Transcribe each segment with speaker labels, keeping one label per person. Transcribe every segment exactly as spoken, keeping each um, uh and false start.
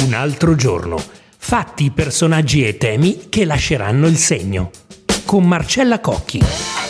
Speaker 1: Un altro giorno. Fatti, personaggi e temi che lasceranno il segno. Con Marcella Cocchi.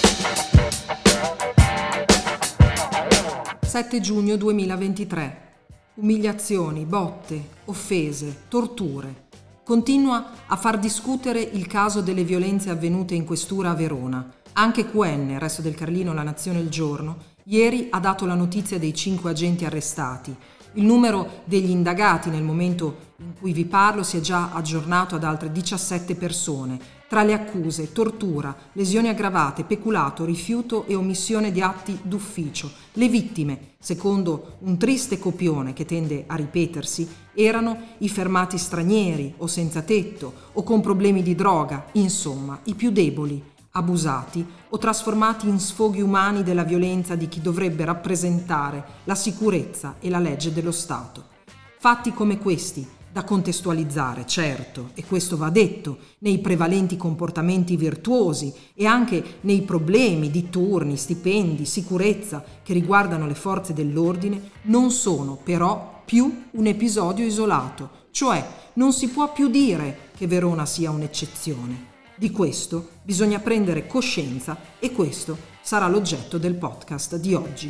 Speaker 2: sette giugno duemilaventitré. Umiliazioni, botte, offese, torture. Continua a far discutere il caso delle violenze avvenute in questura a Verona. Anche Q N, Resto del Carlino, La Nazione, Il Giorno, ieri ha dato la notizia dei cinque agenti arrestati. Il numero degli indagati nel momento in cui vi parlo si è già aggiornato ad altre diciassette persone. Tra le accuse, tortura, lesioni aggravate, peculato, rifiuto e omissione di atti d'ufficio. Le vittime, secondo un triste copione che tende a ripetersi, erano i fermati stranieri o senza tetto o con problemi di droga, insomma, i più deboli, abusati o trasformati in sfoghi umani della violenza di chi dovrebbe rappresentare la sicurezza e la legge dello Stato. Fatti come questi, da contestualizzare, certo, e questo va detto, nei prevalenti comportamenti virtuosi e anche nei problemi di turni, stipendi, sicurezza che riguardano le forze dell'ordine, non sono però più un episodio isolato, cioè non si può più dire che Verona sia un'eccezione. Di questo bisogna prendere coscienza e questo sarà l'oggetto del podcast di oggi.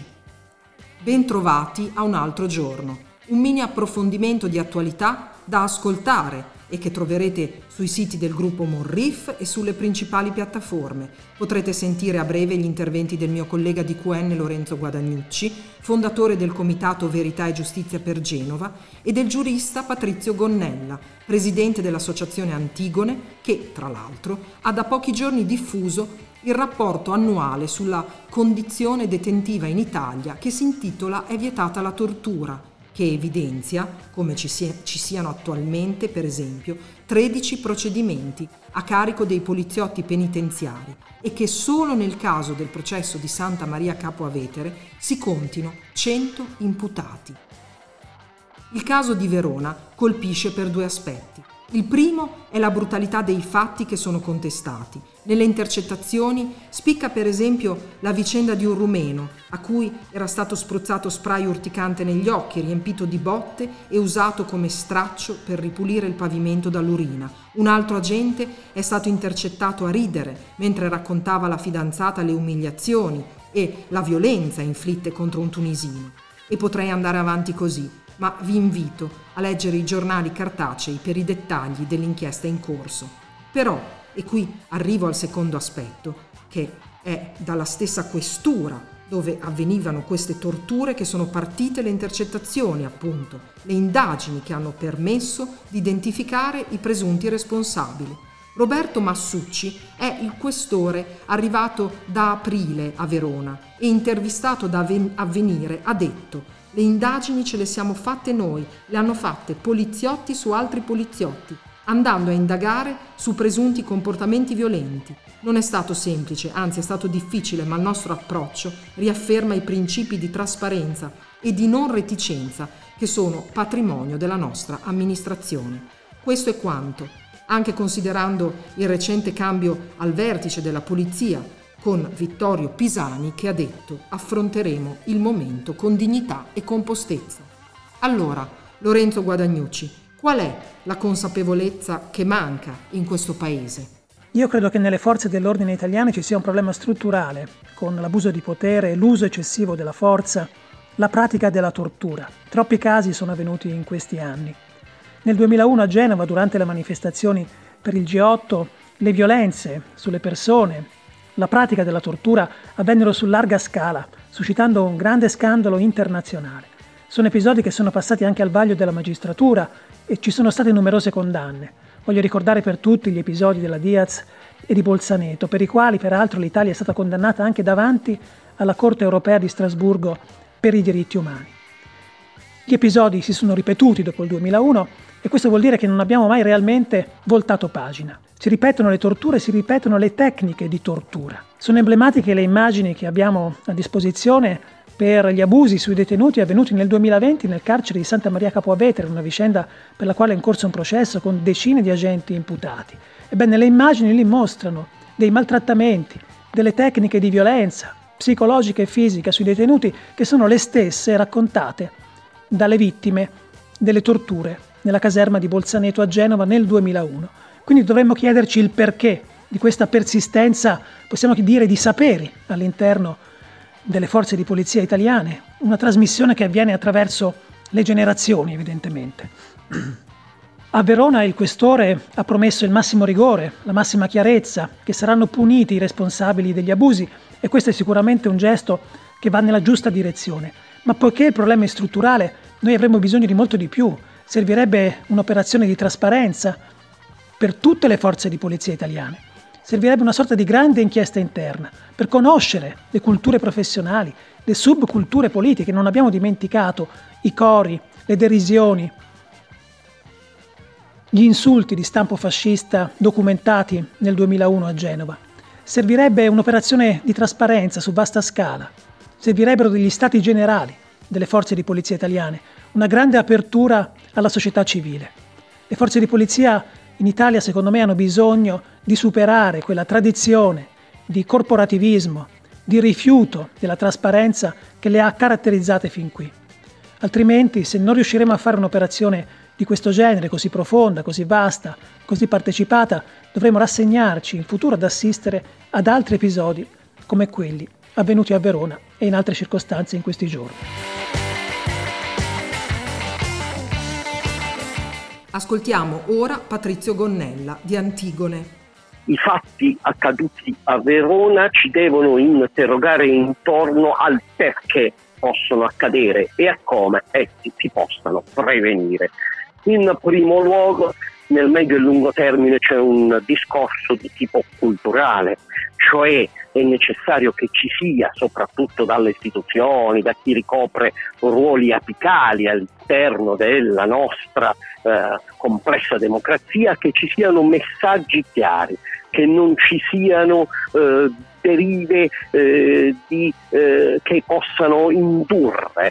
Speaker 2: Bentrovati a un altro giorno, un mini approfondimento di attualità da ascoltare e che troverete sui siti del gruppo Monriff e sulle principali piattaforme. Potrete sentire a breve gli interventi del mio collega di Q N Lorenzo Guadagnucci, fondatore del Comitato Verità e Giustizia per Genova, e del giurista Patrizio Gonnella, presidente dell'Associazione Antigone, che, tra l'altro, ha da pochi giorni diffuso il rapporto annuale sulla condizione detentiva in Italia che si intitola È vietata la tortura, che evidenzia come ci, sia, ci siano attualmente, per esempio, tredici procedimenti a carico dei poliziotti penitenziari e che solo nel caso del processo di Santa Maria Capua Vetere si contino cento imputati. Il caso di Verona colpisce per due aspetti. Il primo è la brutalità dei fatti che sono contestati. Nelle intercettazioni spicca per esempio la vicenda di un rumeno a cui era stato spruzzato spray urticante negli occhi, riempito di botte e usato come straccio per ripulire il pavimento dall'urina. Un altro agente è stato intercettato a ridere mentre raccontava alla fidanzata le umiliazioni e la violenza inflitte contro un tunisino. E potrei andare avanti così, ma vi invito a leggere i giornali cartacei per i dettagli dell'inchiesta in corso. Però, e qui arrivo al secondo aspetto, che è dalla stessa questura dove avvenivano queste torture che sono partite le intercettazioni, appunto, le indagini che hanno permesso di identificare i presunti responsabili. Roberto Massucci è il questore arrivato da aprile a Verona e intervistato da Avvenire ha detto: le indagini ce le siamo fatte noi, le hanno fatte poliziotti su altri poliziotti, andando a indagare su presunti comportamenti violenti. Non è stato semplice, anzi è stato difficile, ma il nostro approccio riafferma i principi di trasparenza e di non reticenza che sono patrimonio della nostra amministrazione. Questo è quanto, anche considerando il recente cambio al vertice della polizia, con Vittorio Pisani che ha detto: affronteremo il momento con dignità e compostezza. Allora, Lorenzo Guadagnucci, qual è la consapevolezza che manca in questo paese?
Speaker 3: Io credo che nelle forze dell'ordine italiane ci sia un problema strutturale con l'abuso di potere, l'uso eccessivo della forza, la pratica della tortura. Troppi casi sono avvenuti in questi anni. Nel duemilauno a Genova, durante le manifestazioni per il G otto, le violenze sulle persone, la pratica della tortura avvennero su larga scala, suscitando un grande scandalo internazionale. Sono episodi che sono passati anche al vaglio della magistratura e ci sono state numerose condanne. Voglio ricordare per tutti gli episodi della Diaz e di Bolzaneto, per i quali peraltro l'Italia è stata condannata anche davanti alla Corte europea di Strasburgo per i diritti umani. Gli episodi si sono ripetuti dopo il duemilauno e questo vuol dire che non abbiamo mai realmente voltato pagina. Si ripetono le torture, si ripetono le tecniche di tortura. Sono emblematiche le immagini che abbiamo a disposizione per gli abusi sui detenuti avvenuti nel duemilaventi nel carcere di Santa Maria Capua Vetere, una vicenda per la quale è in corso un processo con decine di agenti imputati. Ebbene, le immagini lì mostrano dei maltrattamenti, delle tecniche di violenza psicologica e fisica sui detenuti che sono le stesse raccontate dalle vittime delle torture nella caserma di Bolzaneto a Genova nel duemilauno. Quindi dovremmo chiederci il perché di questa persistenza, possiamo dire, di saperi all'interno delle forze di polizia italiane, una trasmissione che avviene attraverso le generazioni, evidentemente. A Verona il questore ha promesso il massimo rigore, la massima chiarezza, che saranno puniti i responsabili degli abusi, e questo è sicuramente un gesto che va nella giusta direzione. Ma poiché il problema è strutturale, noi avremmo bisogno di molto di più. Servirebbe un'operazione di trasparenza per tutte le forze di polizia italiane. Servirebbe una sorta di grande inchiesta interna per conoscere le culture professionali, le subculture politiche. Non abbiamo dimenticato i cori, le derisioni, gli insulti di stampo fascista documentati nel duemilauno a Genova. Servirebbe un'operazione di trasparenza su vasta scala. Servirebbero degli stati generali delle forze di polizia italiane, una grande apertura alla società civile. Le forze di polizia in Italia, secondo me, hanno bisogno di superare quella tradizione di corporativismo, di rifiuto della trasparenza che le ha caratterizzate fin qui. Altrimenti, se non riusciremo a fare un'operazione di questo genere, così profonda, così vasta, così partecipata, dovremo rassegnarci in futuro ad assistere ad altri episodi come quelli avvenuti a Verona e in altre circostanze in questi giorni.
Speaker 2: Ascoltiamo ora Patrizio Gonnella di Antigone.
Speaker 4: I fatti accaduti a Verona ci devono interrogare intorno al perché possono accadere e a come essi si possano prevenire. In primo luogo, nel medio e lungo termine c'è un discorso di tipo culturale, cioè è necessario che ci sia, soprattutto dalle istituzioni, da chi ricopre ruoli apicali all'interno della nostra eh, complessa democrazia, che ci siano messaggi chiari, che non ci siano eh, derive eh, di, eh, che possano indurre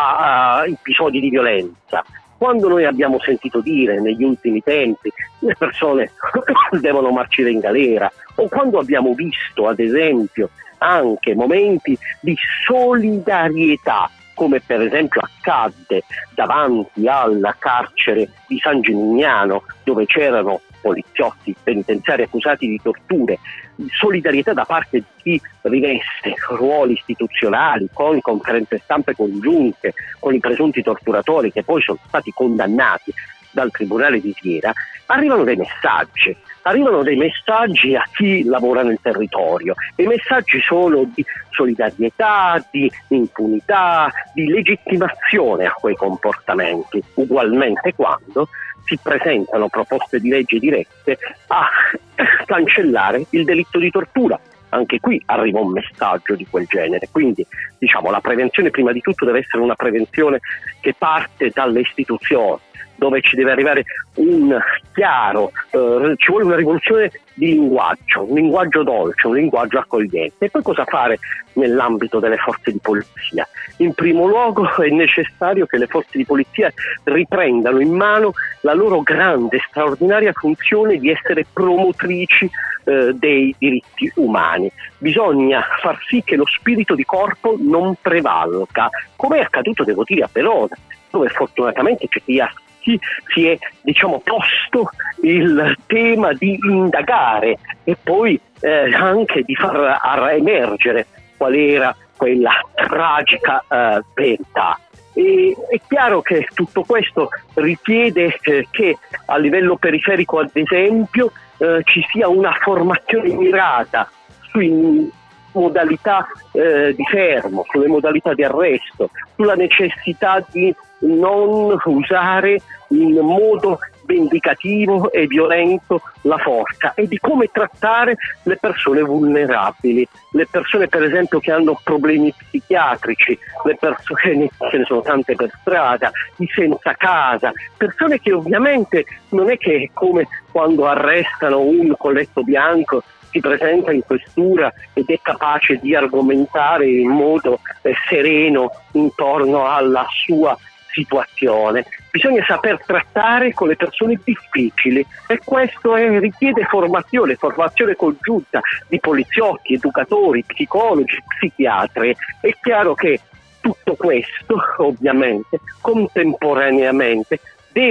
Speaker 4: a, a episodi di violenza. Quando noi abbiamo sentito dire negli ultimi tempi le persone devono marcire in galera, o quando abbiamo visto ad esempio anche momenti di solidarietà, come per esempio accadde davanti alla carcere di San Gimignano, dove c'erano poliziotti penitenziari accusati di torture, solidarietà da parte di chi riveste ruoli istituzionali, con conferenze stampe congiunte con i presunti torturatori che poi sono stati condannati dal Tribunale di Siena, arrivano dei messaggi, arrivano dei messaggi a chi lavora nel territorio, e i messaggi sono di solidarietà, di impunità, di legittimazione a quei comportamenti, ugualmente quando si presentano proposte di legge dirette a cancellare il delitto di tortura. Anche qui arriva un messaggio di quel genere. Quindi, diciamo, la prevenzione prima di tutto deve essere una prevenzione che parte dalle istituzioni, dove ci deve arrivare un chiaro, eh, ci vuole una rivoluzione di linguaggio, un linguaggio dolce, un linguaggio accogliente. E poi cosa fare nell'ambito delle forze di polizia? In primo luogo è necessario che le forze di polizia riprendano in mano la loro grande, straordinaria funzione di essere promotrici eh, dei diritti umani. Bisogna far sì che lo spirito di corpo non prevalga, come è accaduto, devo dire, a Verona, dove fortunatamente c'è chi ha Chi si è, diciamo, posto il tema di indagare e poi eh, anche di far emergere qual era quella tragica eh, verità. E, è chiaro che tutto questo richiede eh, che a livello periferico, ad esempio, eh, ci sia una formazione mirata sui modalità eh, di fermo, sulle modalità di arresto, sulla necessità di non usare in modo vendicativo e violento la forza, e di come trattare le persone vulnerabili, le persone per esempio che hanno problemi psichiatrici, le persone, ce ne sono tante per strada, i senza casa, persone che ovviamente non è che come quando arrestano un colletto bianco si presenta in questura ed è capace di argomentare in modo eh, sereno intorno alla sua situazione. Bisogna saper trattare con le persone difficili, e questo è, richiede formazione, formazione congiunta di poliziotti, educatori, psicologi, psichiatri. È chiaro che tutto questo, ovviamente, contemporaneamente deve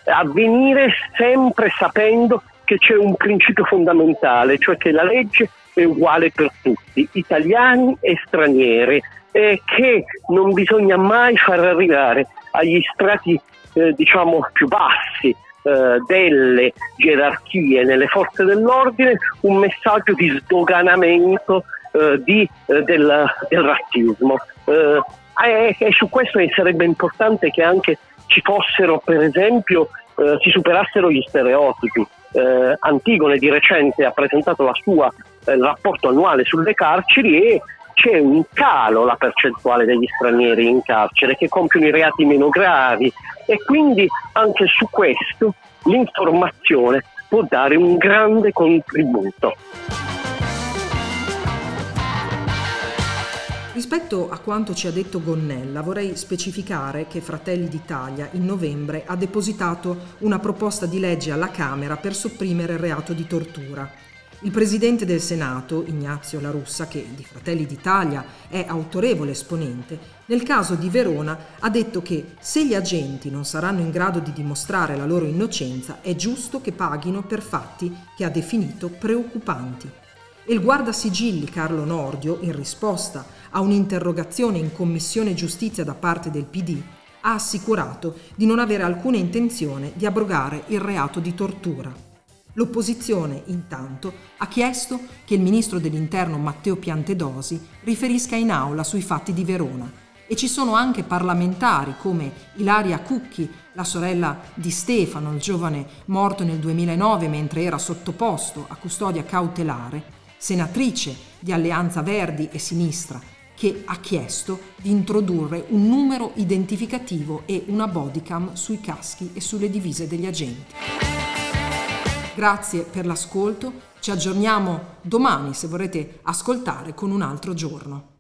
Speaker 4: avvenire sempre sapendo che c'è un principio fondamentale, cioè che la legge è uguale per tutti, italiani e stranieri, e che non bisogna mai far arrivare agli strati eh, diciamo più bassi eh, delle gerarchie nelle forze dell'ordine un messaggio di sdoganamento eh, di, eh, del, del razzismo. Eh, e, e su questo sarebbe importante che anche ci fossero, per esempio, eh, si superassero gli stereotipi. Eh, Antigone di recente ha presentato la sua eh, rapporto annuale sulle carceri e c'è un calo la percentuale degli stranieri in carcere che compiono i reati meno gravi, e quindi anche su questo l'informazione può dare un grande contributo.
Speaker 2: Rispetto a quanto ci ha detto Gonnella, vorrei specificare che Fratelli d'Italia in novembre ha depositato una proposta di legge alla Camera per sopprimere il reato di tortura. Il presidente del Senato, Ignazio La Russa, che di Fratelli d'Italia è autorevole esponente, nel caso di Verona ha detto che se gli agenti non saranno in grado di dimostrare la loro innocenza è giusto che paghino per fatti che ha definito preoccupanti. E il guardasigilli Carlo Nordio, in risposta a un'interrogazione in Commissione Giustizia da parte del P D, ha assicurato di non avere alcuna intenzione di abrogare il reato di tortura. L'opposizione, intanto, ha chiesto che il ministro dell'Interno Matteo Piantedosi riferisca in aula sui fatti di Verona, e ci sono anche parlamentari come Ilaria Cucchi, la sorella di Stefano, il giovane morto nel duemilanove mentre era sottoposto a custodia cautelare, senatrice di Alleanza Verdi e Sinistra, che ha chiesto di introdurre un numero identificativo e una bodycam sui caschi e sulle divise degli agenti. Grazie per l'ascolto, ci aggiorniamo domani se vorrete ascoltare con un altro giorno.